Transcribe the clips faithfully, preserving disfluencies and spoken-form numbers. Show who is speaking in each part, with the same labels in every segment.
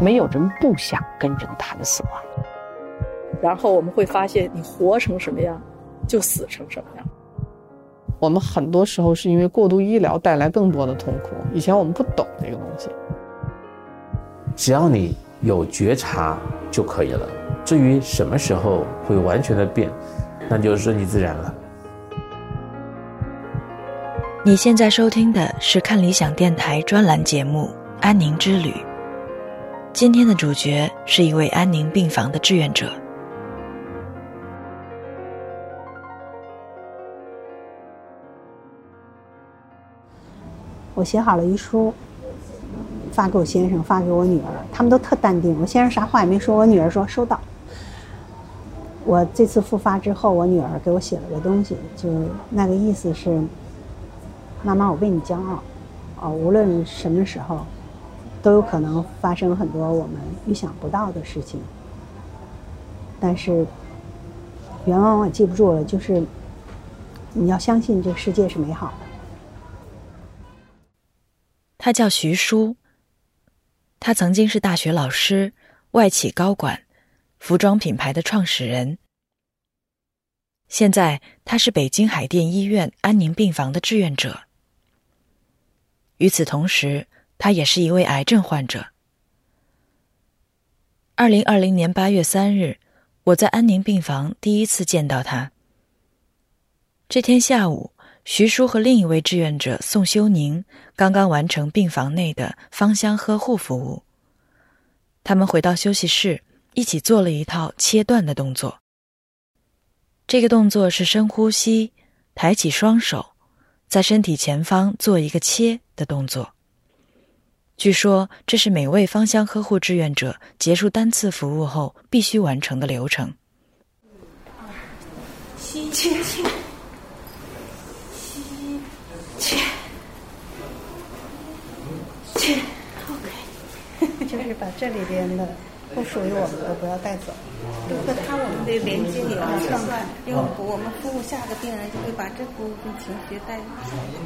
Speaker 1: 没有人不想跟人谈死亡。
Speaker 2: 然后我们会发现，你活成什么样，就死成什么样。
Speaker 3: 我们很多时候是因为过度医疗带来更多的痛苦，以前我们不懂这个东西。
Speaker 4: 只要你有觉察就可以了，至于什么时候会完全的变，那就顺其自然了。
Speaker 5: 你现在收听的是看理想电台专栏节目《安宁之旅》，今天的主角是一位安宁病房的志愿者。
Speaker 6: 我写好了遗书，发给我先生，发给我女儿，他们都特淡定。我先生啥话也没说，我女儿说收到。我这次复发之后，我女儿给我写了个东西，就那个意思是，妈妈，我为你骄傲，哦，无论什么时候，都有可能发生很多我们预想不到的事情。但是原文我记不住了，就是你要相信这个世界是美好的。
Speaker 5: 他叫徐舒，他曾经是大学老师、外企高管、服装品牌的创始人。现在他是北京海淀医院安宁病房的志愿者。与此同时，他也是一位癌症患者。二零二零年八月三日，我在安宁病房第一次见到他。这天下午，徐舒和另一位志愿者宋修宁刚刚完成病房内的芳香呵护服务。他们回到休息室，一起做了一套切断的动作。这个动作是深呼吸，抬起双手，在身体前方做一个切的动作。据说这是每位芳香呵护志愿者结束单次服务后必须完成的流程。
Speaker 7: 吸切切切切 ，OK，
Speaker 6: 就是把这里边的不属于我们的不要带走。
Speaker 7: 和他我们的连接也要切断，因为我们服务下个病人就会把这部分情绪带入。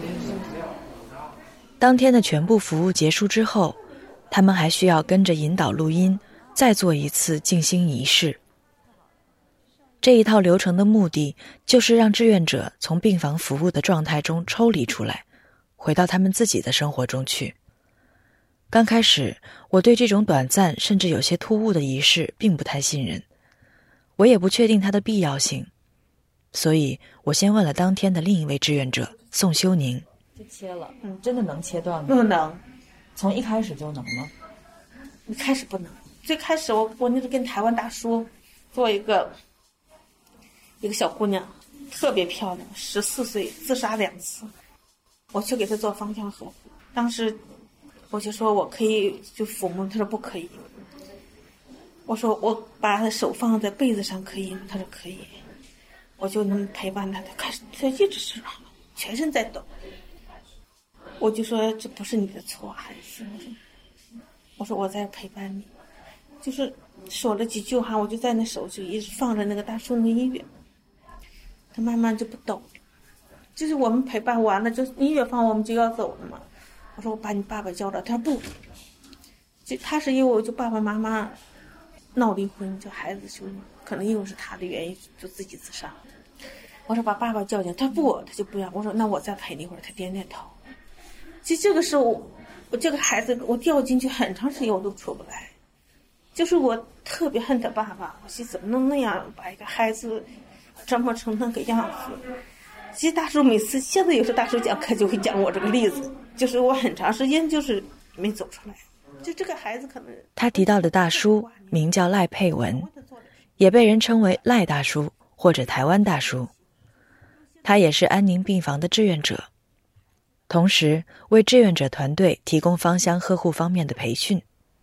Speaker 5: 当天的全部服务结束之后，他们还需要跟着引导录音，再做一次静心仪式。这一套流程的目的就是让志愿者从病房服务的状态中抽离出来，回到他们自己的生活中去。刚开始，我对这种短暂甚至有些突兀的仪式并不太信任，我也不确定它的必要性，所以我先问了当天的另一位志愿者宋修宁。
Speaker 8: 就切了，嗯，真的能切断吗？
Speaker 7: 不能，
Speaker 8: 从一开始就能吗？
Speaker 7: 一开始不能，最开始我我那是跟台湾大叔做一个一个小姑娘，特别漂亮，十四岁，自杀两次，我去给她做芳香呵护，当时我就说我可以就抚摸，他说不可以。我说我把他的手放在被子上可以吗？他说可以。我就能陪伴他，他开始他一直是全身在抖。我就说这不是你的错，孩子。我说我说我在陪伴你，就是说了几句话，我就在那手就一直放着那个大叔那个音乐，他慢慢就不抖了。就是我们陪伴完了，就音乐放我们就要走了嘛。我说我把你爸爸叫到，他说不，就他是因为我就爸爸妈妈闹离婚，就孩子就可能又是他的原因，就自己自杀。我说把爸爸叫进，他不，他就不要。我说那我再陪你一会儿，他点点头。其实这个时候我，我这个孩子我掉进去很长时间我都出不来，就是我特别恨他爸爸，我说怎么能那样把一个孩子折磨成那个样子。其实大叔每次现在有时候大叔讲课就会讲我这个例子，就是我很长时间就是没走出来，就这个孩子可能。
Speaker 5: 他提到的大叔名叫赖佩文，也被人称为赖大叔或者台湾大叔。他也是安宁病房的志愿者，同时为志愿者团队提供芳香呵护方面的培训。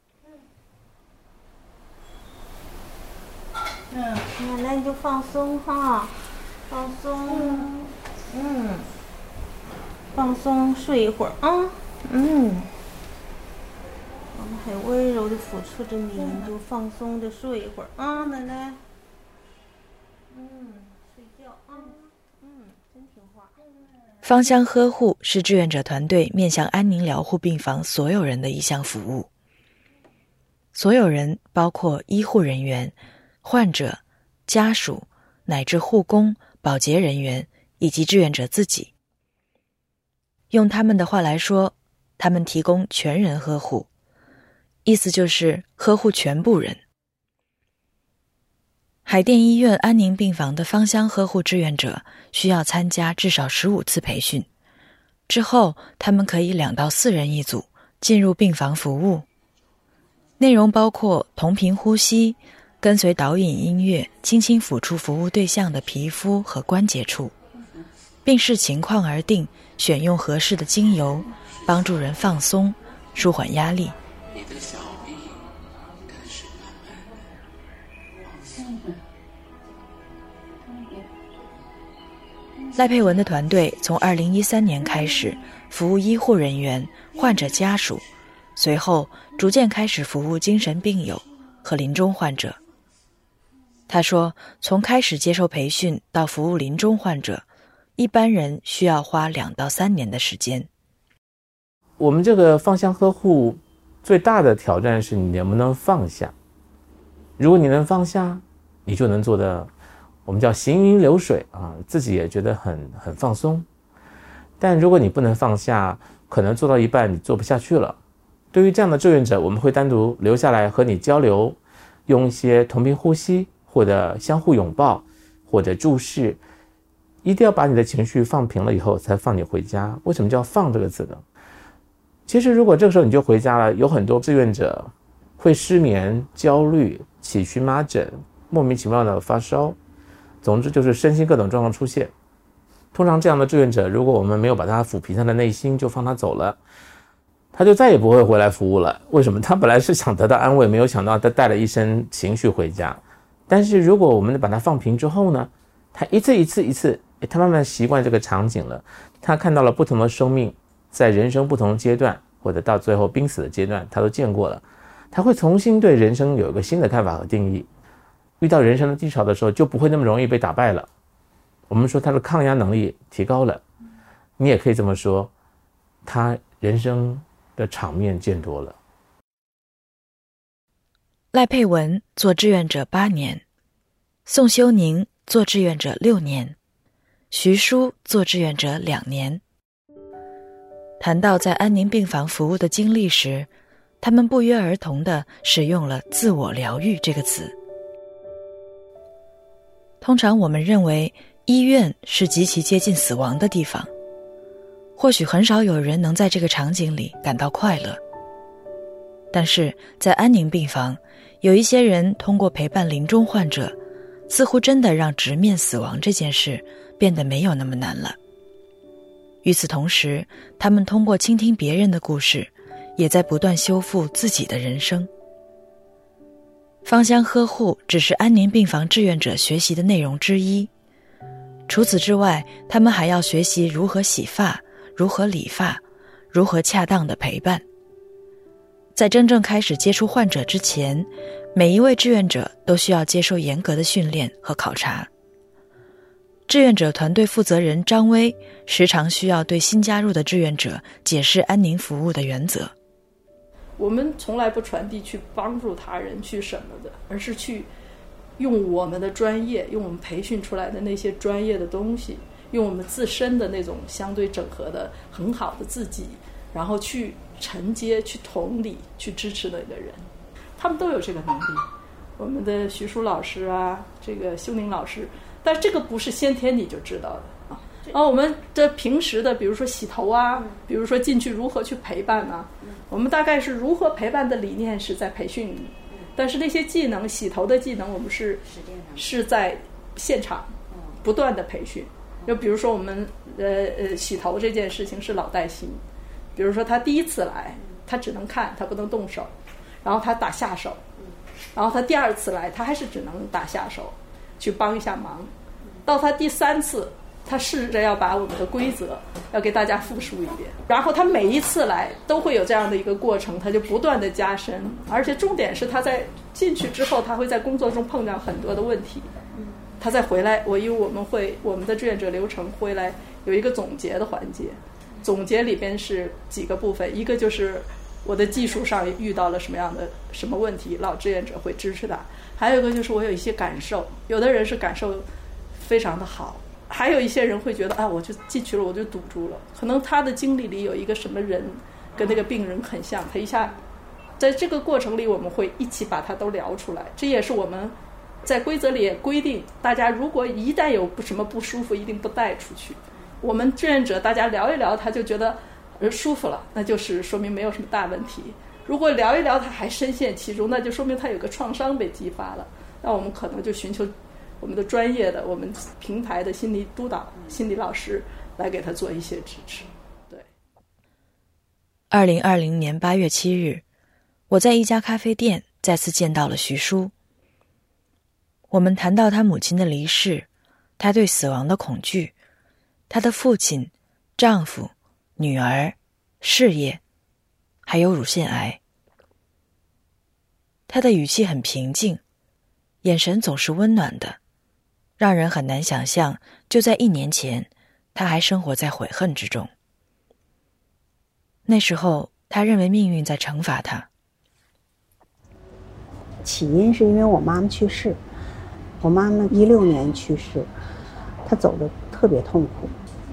Speaker 7: 嗯，奶奶你就放松哈，放松，嗯，放松睡一会儿啊，嗯，我们很温柔的抚触着你，你就放松的睡一会儿啊，奶奶，嗯，睡觉啊，嗯，真听话。
Speaker 5: 芳香呵护是志愿者团队面向安宁疗护病房所有人的一项服务。 所有人，包括医护人员、患者、家属，乃至护工、保洁人员以及志愿者自己。用他们的话来说，他们提供全人呵护，意思就是呵护全部人。海淀医院安宁病房的芳香呵护志愿者需要参加至少十五次培训，之后他们可以两到四人一组进入病房服务，内容包括同频呼吸，跟随导引音乐轻轻抚触服务对象的皮肤和关节处，并视情况而定选用合适的精油，帮助人放松，舒缓压力。
Speaker 9: 你的小臂开始慢慢的往下。
Speaker 5: 赖佩文的团队从二零一三年开始服务医护人员、患者家属，随后逐渐开始服务精神病友和临终患者。他说，从开始接受培训到服务临终患者，一般人需要花两到三年的时间。
Speaker 4: 我们这个芳香呵护最大的挑战是你能不能放下。如果你能放下，你就能做的我们叫行云流水啊，自己也觉得很很放松。但如果你不能放下，可能做到一半你做不下去了。对于这样的志愿者，我们会单独留下来和你交流，用一些同频呼吸或者相互拥抱或者注视，一定要把你的情绪放平了以后才放你回家。为什么叫放这个字呢？其实如果这个时候你就回家了，有很多志愿者会失眠、焦虑、起荨麻疹、莫名其妙的发烧，总之就是身心各种状况出现。通常这样的志愿者，如果我们没有把他抚平他的内心，就放他走了，他就再也不会回来服务了。为什么？他本来是想得到安慰，没有想到他带了一身情绪回家。但是如果我们把他放平之后呢，他一次一次一次，他慢慢习惯这个场景了，他看到了不同的生命在人生不同阶段，或者到最后濒死的阶段，他都见过了，他会重新对人生有一个新的看法和定义。遇到人生的低潮的时候，就不会那么容易被打败了。我们说他的抗压能力提高了，你也可以这么说，他人生的场面见多了。
Speaker 5: 赖佩文做志愿者八年，宋修宁做志愿者六年，徐舒做志愿者两年。谈到在安宁病房服务的经历时，他们不约而同地使用了自我疗愈这个词。通常我们认为医院是极其接近死亡的地方，或许很少有人能在这个场景里感到快乐。但是在安宁病房，有一些人通过陪伴临终患者，似乎真的让直面死亡这件事变得没有那么难了。与此同时，他们通过倾听别人的故事，也在不断修复自己的人生。芳香呵护只是安宁病房志愿者学习的内容之一，除此之外，他们还要学习如何洗发、如何理发、如何恰当的陪伴。在真正开始接触患者之前，每一位志愿者都需要接受严格的训练和考察。志愿者团队负责人张薇时常需要对新加入的志愿者解释安宁服务的原则。
Speaker 2: 我们从来不传递去帮助他人去什么的，而是去用我们的专业，用我们培训出来的那些专业的东西，用我们自身的那种相对整合的很好的自己，然后去承接、去同理、去支持那个人。他们都有这个能力。我们的徐舒老师啊，这个修宁老师，但是这个不是先天你就知道的啊。然后我们的平时的，比如说洗头啊，比如说进去如何去陪伴啊，我们大概是如何陪伴的理念是在培训里，但是那些技能，洗头的技能，我们是是在现场不断的培训。就比如说我们呃呃洗头这件事情是老带新，比如说他第一次来，他只能看，他不能动手，然后他打下手，然后他第二次来，他还是只能打下手，去帮一下忙。到他第三次，他试着要把我们的规则要给大家复述一遍，然后他每一次来都会有这样的一个过程，他就不断的加深，而且重点是他在进去之后，他会在工作中碰到很多的问题，他再回来，我因为我们会我们的志愿者流程回来有一个总结的环节，总结里边是几个部分，一个就是我的技术上遇到了什么样的什么问题，老志愿者会支持他。还有一个就是我有一些感受，有的人是感受非常的好，还有一些人会觉得啊，我就进去了，我就堵住了。可能他的经历里有一个什么人跟那个病人很像，他一下在这个过程里我们会一起把它都聊出来。这也是我们在规则里也规定，大家如果一旦有什么不舒服，一定不带出去。我们志愿者大家聊一聊，他就觉得舒服了，那就是说明没有什么大问题。如果聊一聊他还深陷其中，那就说明他有个创伤被激发了。那我们可能就寻求我们的专业的、我们平台的心理督导、心理老师来给他做一些支持。对。
Speaker 5: 二零二零年八月七日，我在一家咖啡店再次见到了徐叔。我们谈到他母亲的离世，他对死亡的恐惧，他的父亲、丈夫、女儿、事业，还有乳腺癌。他的语气很平静，眼神总是温暖的，让人很难想象就在一年前他还生活在悔恨之中。那时候他认为命运在惩罚他。
Speaker 6: 起因是因为我妈妈去世，我妈妈一六年去世，她走得特别痛苦。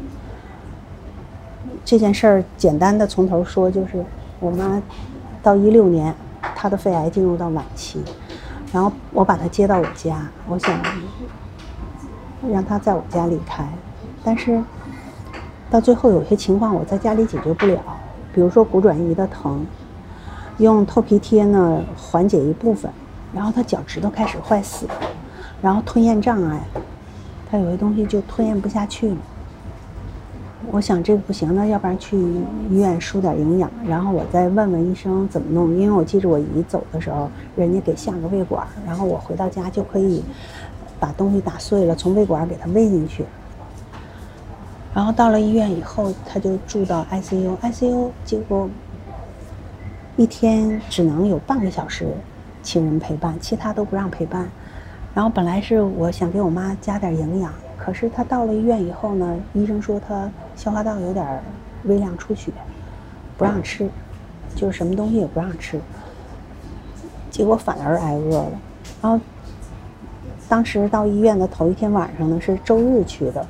Speaker 6: 这件事儿简单的从头说，就是我妈到一六年，她的肺癌进入到晚期，然后我把她接到我家，我想让她在我家离开，但是到最后有些情况我在家里解决不了，比如说骨转移的疼，用透皮贴呢缓解一部分，然后她脚趾头开始坏死，然后吞咽障碍，她有些东西就吞咽不下去了。我想这个不行，那要不然去医院输点营养，然后我再问问医生怎么弄。因为我记着我姨走的时候，人家给下个胃管，然后我回到家就可以把东西打碎了，从胃管给它喂进去。然后到了医院以后，他就住到 I C U，I C U 结果一天只能有半个小时亲人陪伴，其他都不让陪伴。然后本来是我想给我妈加点营养，可是她到了医院以后呢，医生说她消化道有点微量出血，不让吃，就是什么东西也不让吃，结果反而挨饿了。然后当时到医院的头一天晚上呢，是周日去的，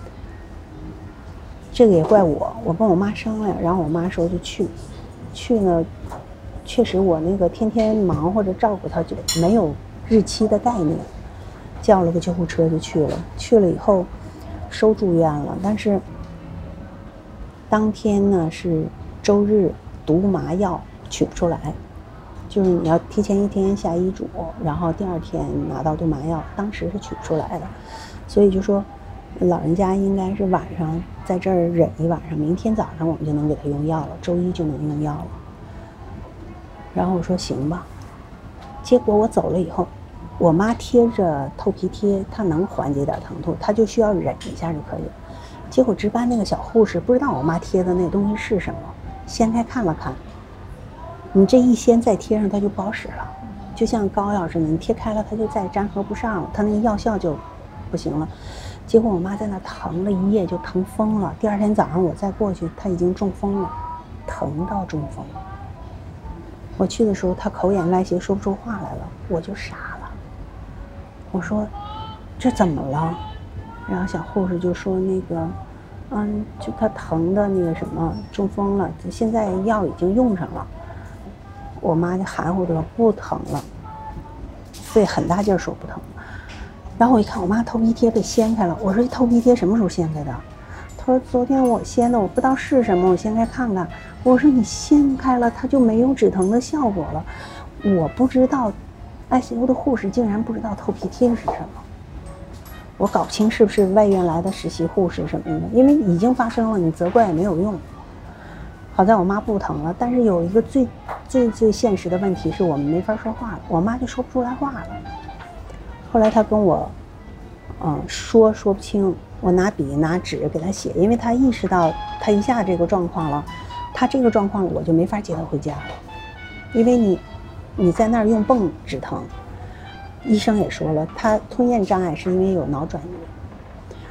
Speaker 6: 这个也怪我，我跟我妈商量，然后我妈说就去，去呢，确实我那个天天忙活着照顾她，就没有日期的概念，叫了个救护车就去了。去了以后收住院了，但是当天呢是周日，毒麻药取不出来，就是你要提前一天下医嘱，然后第二天拿到毒麻药，当时是取不出来的，所以就说老人家应该是晚上在这儿忍一晚上，明天早上我们就能给他用药了，周一就能用药了。然后我说行吧，结果我走了以后，我妈贴着透皮贴，她能缓解点疼痛，她就需要忍一下就可以了。结果值班那个小护士不知道我妈贴的那东西是什么，掀开看了看，你这一掀再贴上它就不好使了，就像膏药似的，你贴开了它就再粘合不上了，它那个药效就不行了。结果我妈在那疼了一夜，就疼疯了。第二天早上我再过去，她已经中风了，疼到中风了。我去的时候，她口眼歪斜，说不出话来了，我就傻了。我说这怎么了？然后小护士就说那个嗯，就她疼的那个什么中风了，现在药已经用上了。我妈就含糊着不疼了，费很大劲说不疼。然后我一看我妈头皮贴被掀开了，我说这头皮贴什么时候掀开的？她说昨天我掀的，我不知道是什么，我掀开看看。我说你掀开了它就没有止疼的效果了。我不知道 I C U 的护士竟然不知道头皮贴是什么，我搞不清是不是外院来的实习护士什么的，因为已经发生了，你责怪也没有用。好在我妈不疼了，但是有一个最最最现实的问题是我们没法说话了，我妈就说不出来话了。后来她跟我嗯说说不清，我拿笔拿纸给她写，因为她意识到她一下这个状况了，她这个状况我就没法接她回家了，因为你你在那儿用泵止疼，医生也说了，她吞咽障碍是因为有脑转移。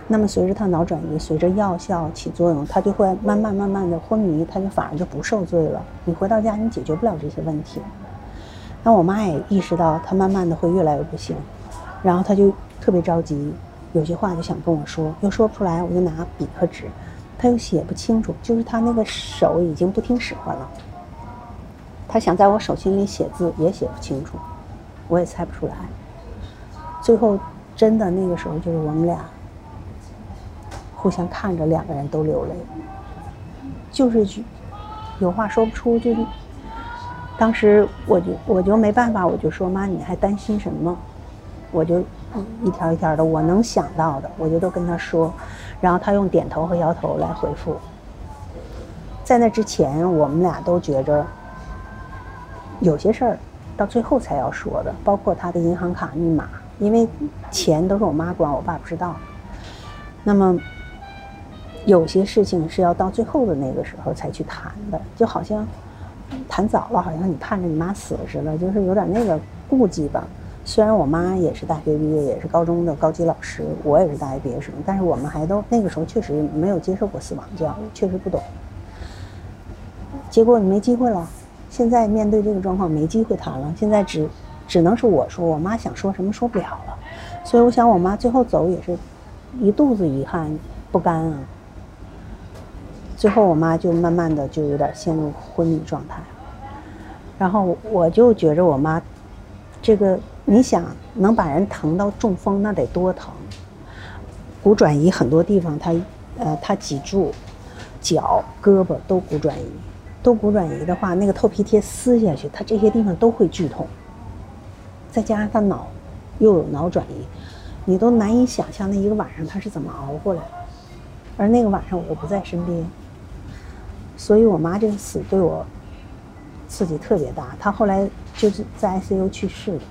Speaker 6: 那么随着他脑转移，随着药效起作用，他就会慢慢慢慢的昏迷，他就反而就不受罪了。你回到家，你解决不了这些问题。那我妈也意识到他慢慢的会越来越不行，然后他就特别着急，有些话就想跟我说，又说不出来，我就拿笔和纸，他又写不清楚，就是他那个手已经不听使唤了。他想在我手心里写字也写不清楚，我也猜不出来。最后真的那个时候就是我们俩互相看着，两个人都流泪，就是有话说不出，就是当时我就我就没办法，我就说妈，你还担心什么？我就一条一条的我能想到的，我就都跟他说，然后他用点头和摇头来回复。在那之前，我们俩都觉着有些事儿到最后才要说的，包括他的银行卡密码，因为钱都是我妈管，我爸不知道。那么有些事情是要到最后的那个时候才去谈的，就好像谈早了，好像你盼着你妈死似的，就是有点那个顾忌吧。虽然我妈也是大学毕业，也是高中的高级老师，我也是大学毕业生，但是我们还都那个时候确实没有接受过死亡教育，确实不懂。结果你没机会了，现在面对这个状况没机会谈了，现在只只能是我说，我妈想说什么说不了了。所以我想我妈最后走也是一肚子遗憾不甘啊。最后我妈就慢慢的就有点陷入昏迷状态，然后我就觉着我妈这个，你想能把人疼到中风那得多疼。骨转移很多地方它呃它脊柱、脚、胳膊都骨转移，都骨转移的话，那个透皮贴撕下去，它这些地方都会剧痛，再加上他脑又有脑转移，你都难以想象那一个晚上他是怎么熬过来的。而那个晚上我又不在身边，所以我妈这个死对我刺激特别大。她后来就是在 I C U 去世的。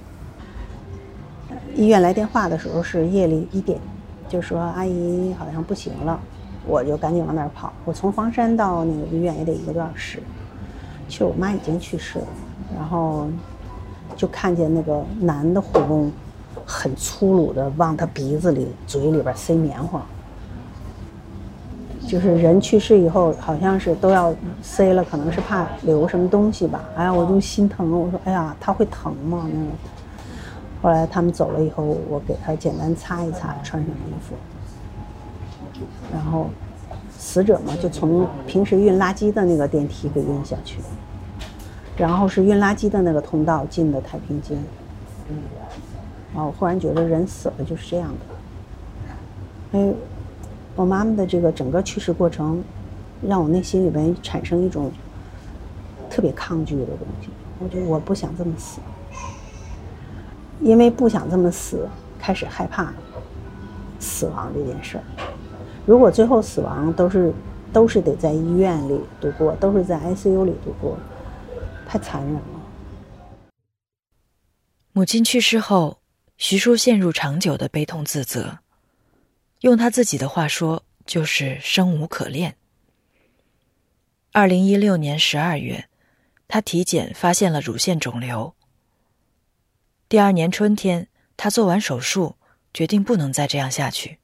Speaker 6: 医院来电话的时候是夜里一点，就说阿姨好像不行了，我就赶紧往那儿跑。我从房山到那个医院也得一个多小时，去我妈已经去世了，然后就看见那个男的护工很粗鲁的往他鼻子里、嘴里边塞棉花。就是人去世以后，好像是都要塞了，可能是怕留什么东西吧。哎呀，我就心疼，我说，哎呀，他会疼吗？那个。后来他们走了以后，我给他简单擦一擦，穿上衣服。然后，死者嘛，就从平时运垃圾的那个电梯给运下去，然后是运垃圾的那个通道进的太平间。然后我忽然觉得人死了就是这样的。哎。我妈妈的这个整个去世过程，让我内心里边产生一种特别抗拒的东西。我觉得我不想这么死，因为不想这么死，开始害怕死亡这件事儿。如果最后死亡都是都是得在医院里度过，都是在 I C U 里度过，太残忍了。
Speaker 5: 母亲去世后，徐叔陷入长久的悲痛自责。用他自己的话说，就是生无可恋。二零一六年十二月，他体检发现了乳腺肿瘤。第二年春天，他做完手术，决定不能再这样下去。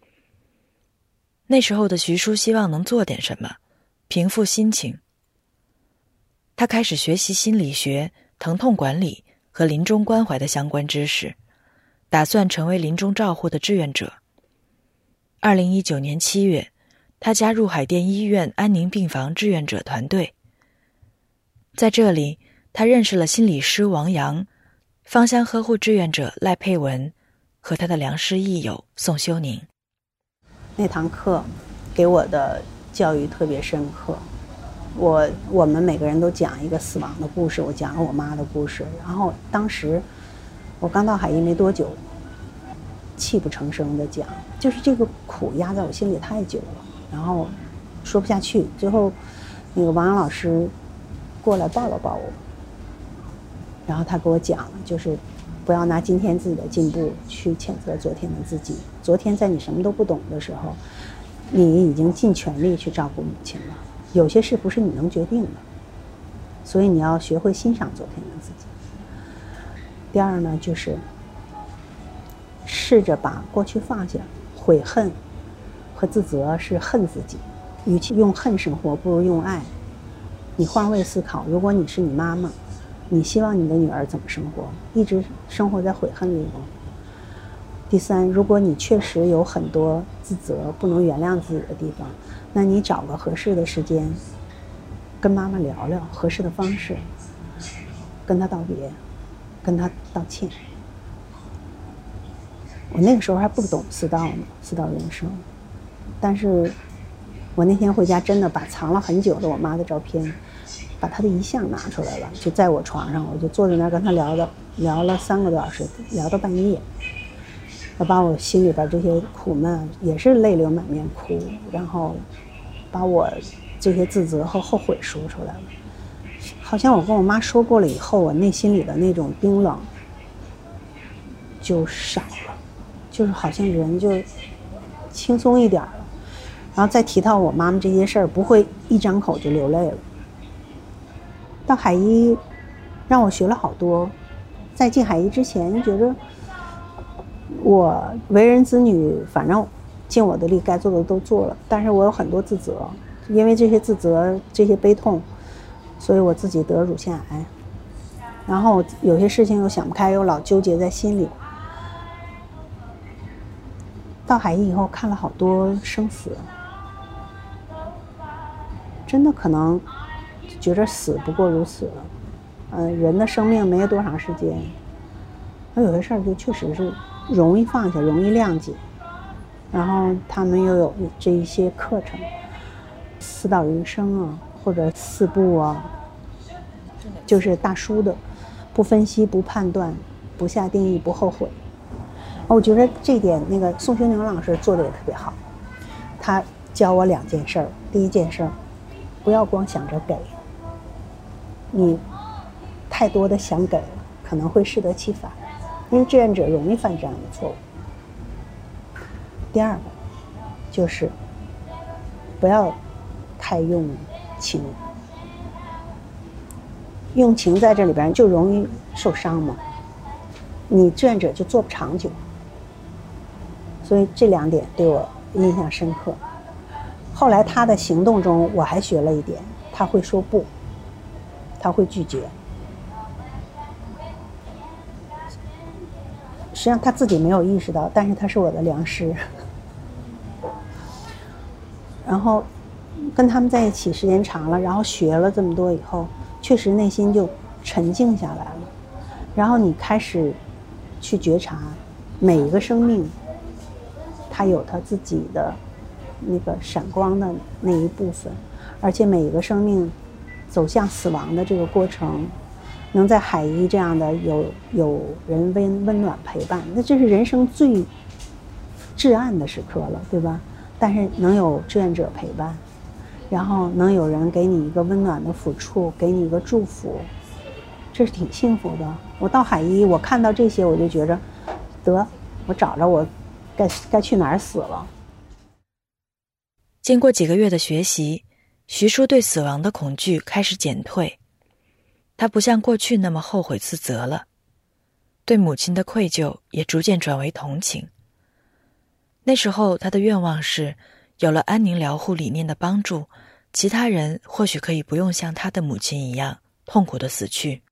Speaker 5: 那时候的徐叔希望能做点什么，平复心情。他开始学习心理学、疼痛管理和临终关怀的相关知识，打算成为临终照护的志愿者。二零一九年七月，他加入海淀医院安宁病房志愿者团队。在这里，他认识了心理师王阳、芳香呵护志愿者赖佩文和他的良师益友宋修宁。
Speaker 6: 那堂课给我的教育特别深刻。我我们每个人都讲一个死亡的故事，我讲了我妈的故事。然后当时我刚到海医没多久，泣不成声的讲，就是这个苦压在我心里太久了，然后说不下去。最后那个王阳老师过来抱了抱我，然后他给我讲了，就是不要拿今天自己的进步去谴责昨天的自己。昨天在你什么都不懂的时候，你已经尽全力去照顾母亲了，有些事不是你能决定的，所以你要学会欣赏昨天的自己。第二呢，就是试着把过去放下， 悔恨和自责是恨自己，与其用恨生活，不如用爱。你换位思考，如果你是你妈妈，你希望你的女儿怎么生活？一直生活在悔恨里吗？第三，如果你确实有很多自责、不能原谅自己的地方，那你找个合适的时间，跟妈妈聊聊合适的方式，跟她道别，跟她道歉。我那个时候还不懂四道呢，四道人生，但是我那天回家真的把藏了很久的我妈的照片，把她的遗像拿出来了，就在我床上，我就坐在那儿跟她聊的，聊了三个多小时，聊到半夜。我把我心里边这些苦闷也是泪流满面哭，然后把我这些自责和后悔说出来了。好像我跟我妈说过了以后，我内心里的那种冰冷就少了，就是好像人就轻松一点了。然后再提到我妈妈这些事儿，不会一张口就流泪了。到海医让我学了好多，在进海医之前觉得我为人子女，反正尽我的力该做的都做了，但是我有很多自责，因为这些自责这些悲痛，所以我自己得乳腺癌，然后有些事情又想不开，又老纠结在心里。到海医以后看了好多生死，真的可能觉着死不过如此了。呃，人的生命没有多长时间，而有些事儿就确实是容易放下，容易谅解。然后他们又有这一些课程，四道人生啊，或者四步啊，就是大叔的，不分析、不判断、不下定义、不后悔。我觉得这一点那个宋修宁老师做的也特别好，他教我两件事儿。第一件事儿，不要光想着给，你太多的想给可能会适得其反，因为志愿者容易犯这样的错误。第二个就是不要太用情，用情在这里边就容易受伤嘛，你志愿者就做不长久。所以这两点对我印象深刻。后来他的行动中我还学了一点，他会说不，他会拒绝。实际上他自己没有意识到，但是他是我的良师。然后跟他们在一起时间长了，然后学了这么多以后，确实内心就沉静下来了。然后你开始去觉察每一个生命，它有它自己的那个闪光的那一部分，而且每一个生命走向死亡的这个过程，能在海医这样的有有人温温暖陪伴，那这是人生最至暗的时刻了，对吧？但是能有志愿者陪伴，然后能有人给你一个温暖的抚触，给你一个祝福，这是挺幸福的。我到海医，我看到这些，我就觉着，得，我找着我该该去哪儿死了。
Speaker 5: 经过几个月的学习，徐叔对死亡的恐惧开始减退，他不像过去那么后悔自责了，对母亲的愧疚也逐渐转为同情。那时候他的愿望是，有了安宁疗护理念的帮助，其他人或许可以不用像他的母亲一样痛苦地死去。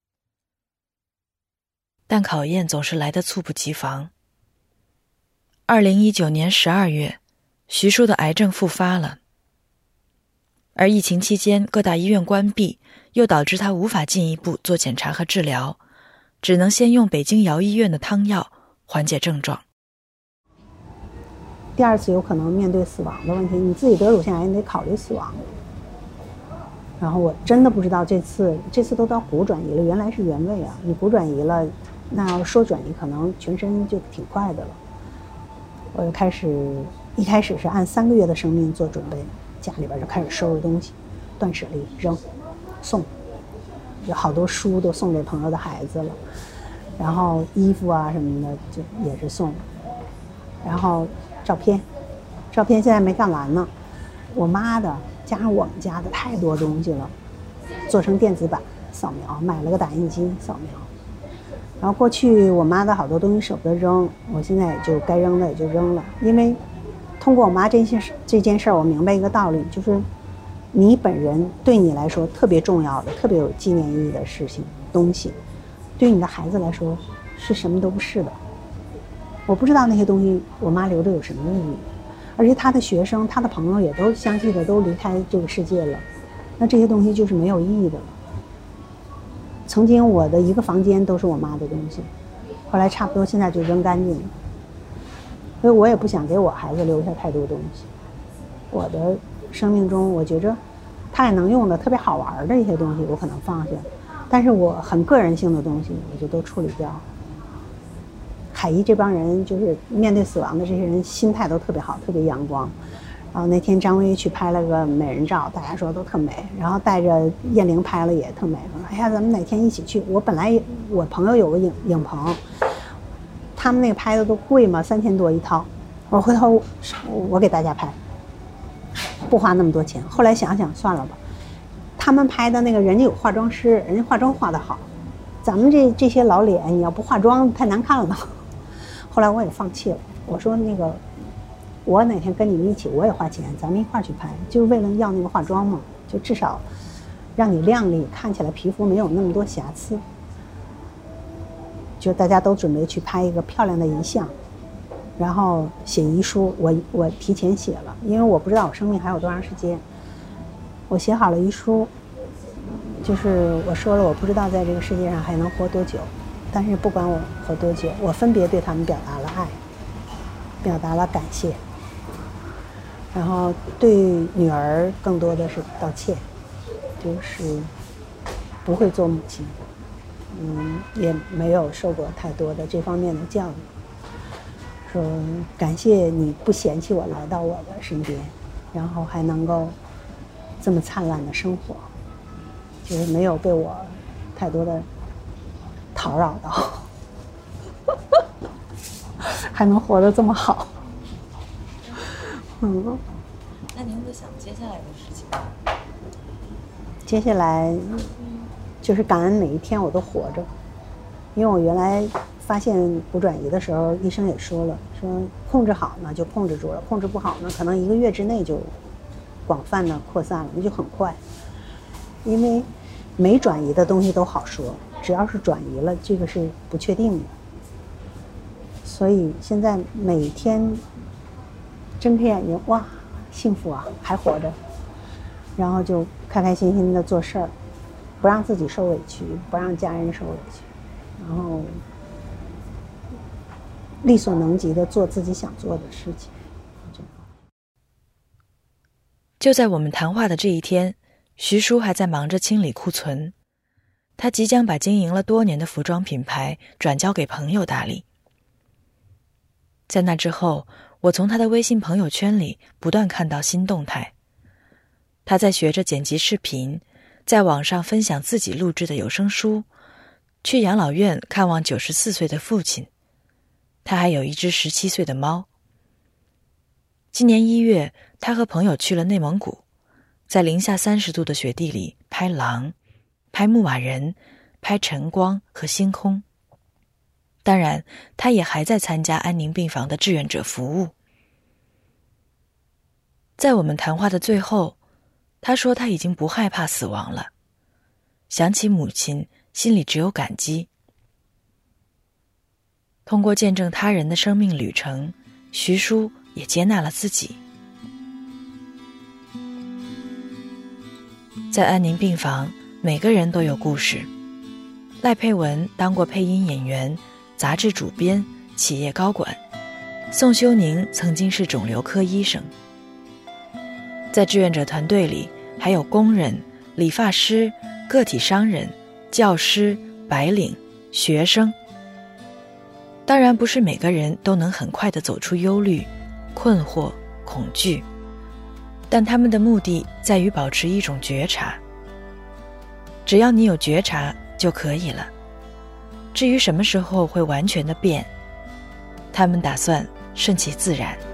Speaker 5: 但考验总是来得猝不及防。二零一九年十二月，徐叔的癌症复发了，而疫情期间各大医院关闭，又导致他无法进一步做检查和治疗，只能先用北京瑶医院的汤药缓解症状。
Speaker 6: 第二次有可能面对死亡的问题，你自己得乳腺癌，你得考虑死亡。然后我真的不知道这次这次都到骨转移了，原来是原位啊！你骨转移了，那要说转移，可能全身就挺快的了。我就开始一开始是按三个月的生命做准备，家里边就开始收拾东西，断舍离，扔，送，有好多书都送给朋友的孩子了，然后衣服啊什么的就也是送，然后照片，照片现在没干完呢，我妈的加上我们家的太多东西了，做成电子版扫描，买了个打印机扫描， 然后过去我妈的好多东西舍不得扔，我现在也就该扔的也就扔了。因为通过我妈这件事这件事儿，我明白一个道理，就是你本人对你来说特别重要的、特别有纪念意义的事情东西，对于你的孩子来说是什么都不是的。我不知道那些东西我妈留着有什么意义，而且她的学生、她的朋友也都相继的都离开这个世界了，那这些东西就是没有意义的了。曾经我的一个房间都是我妈的东西，后来差不多现在就扔干净了，所以我也不想给我孩子留下太多东西。我的生命中我觉着他也能用的特别好玩的一些东西我可能放下，但是我很个人性的东西我就都处理掉。海一这帮人就是面对死亡的这些人心态都特别好，特别阳光。然后那天张薇去拍了个美人照，大家说都特美，然后带着燕玲拍了也特美，说哎呀咱们哪天一起去。我本来我朋友有个影影棚，他们那个拍的都贵嘛，三千多一套，我回头我给大家拍，不花那么多钱。后来想想算了吧，他们拍的那个人家有化妆师，人家化妆化得好，咱们这这些老脸你要不化妆太难看了。后来我也放弃了，我说那个我哪天跟你们一起我也花钱，咱们一块去拍，就是为了要那个化妆嘛，就至少让你靓丽，看起来皮肤没有那么多瑕疵。就大家都准备去拍一个漂亮的遗像，然后写遗书，我我提前写了，因为我不知道我生命还有多长时间。我写好了遗书，就是我说了我不知道在这个世界上还能活多久，但是不管我活多久，我分别对他们表达了爱，表达了感谢，然后对女儿更多的是道歉，就是不会做母亲，嗯，也没有受过太多的这方面的教育，说感谢你不嫌弃我来到我的身边，然后还能够这么灿烂的生活，就是没有被我太多的叨扰到，还能活得这么好。嗯，
Speaker 8: 那您会想接下来的事情？
Speaker 6: 接下来就是感恩每一天我都活着，因为我原来发现骨转移的时候，医生也说了，说控制好呢就控制住了，控制不好呢可能一个月之内就广泛的扩散了，那就很快。因为没转移的东西都好说，只要是转移了，这个是不确定的。所以现在每天睁开眼睛，哇，幸福啊，还活着，然后就开开心心的做事儿，不让自己受委屈，不让家人受委屈，然后力所能及的做自己想做的事情。
Speaker 5: 就在我们谈话的这一天，徐叔还在忙着清理库存，他即将把经营了多年的服装品牌转交给朋友打理。在那之后，我从他的微信朋友圈里不断看到新动态，他在学着剪辑视频，在网上分享自己录制的有声书，去养老院看望九十四岁的父亲，他还有一只十七岁的猫。今年一月，他和朋友去了内蒙古，在零下三十度的雪地里拍狼，拍牧马人，拍晨光和星空。当然，他也还在参加安宁病房的志愿者服务。在我们谈话的最后，他说他已经不害怕死亡了，想起母亲，心里只有感激。通过见证他人的生命旅程，徐叔也接纳了自己。在安宁病房，每个人都有故事。赖佩文当过配音演员、杂志主编、企业高管，宋修宁曾经是肿瘤科医生。在志愿者团队里，还有工人、理发师、个体商人、教师、白领、学生。当然，不是每个人都能很快地走出忧虑、困惑、恐惧，但他们的目的在于保持一种觉察。只要你有觉察就可以了。至于什么时候会完全的变，他们打算顺其自然。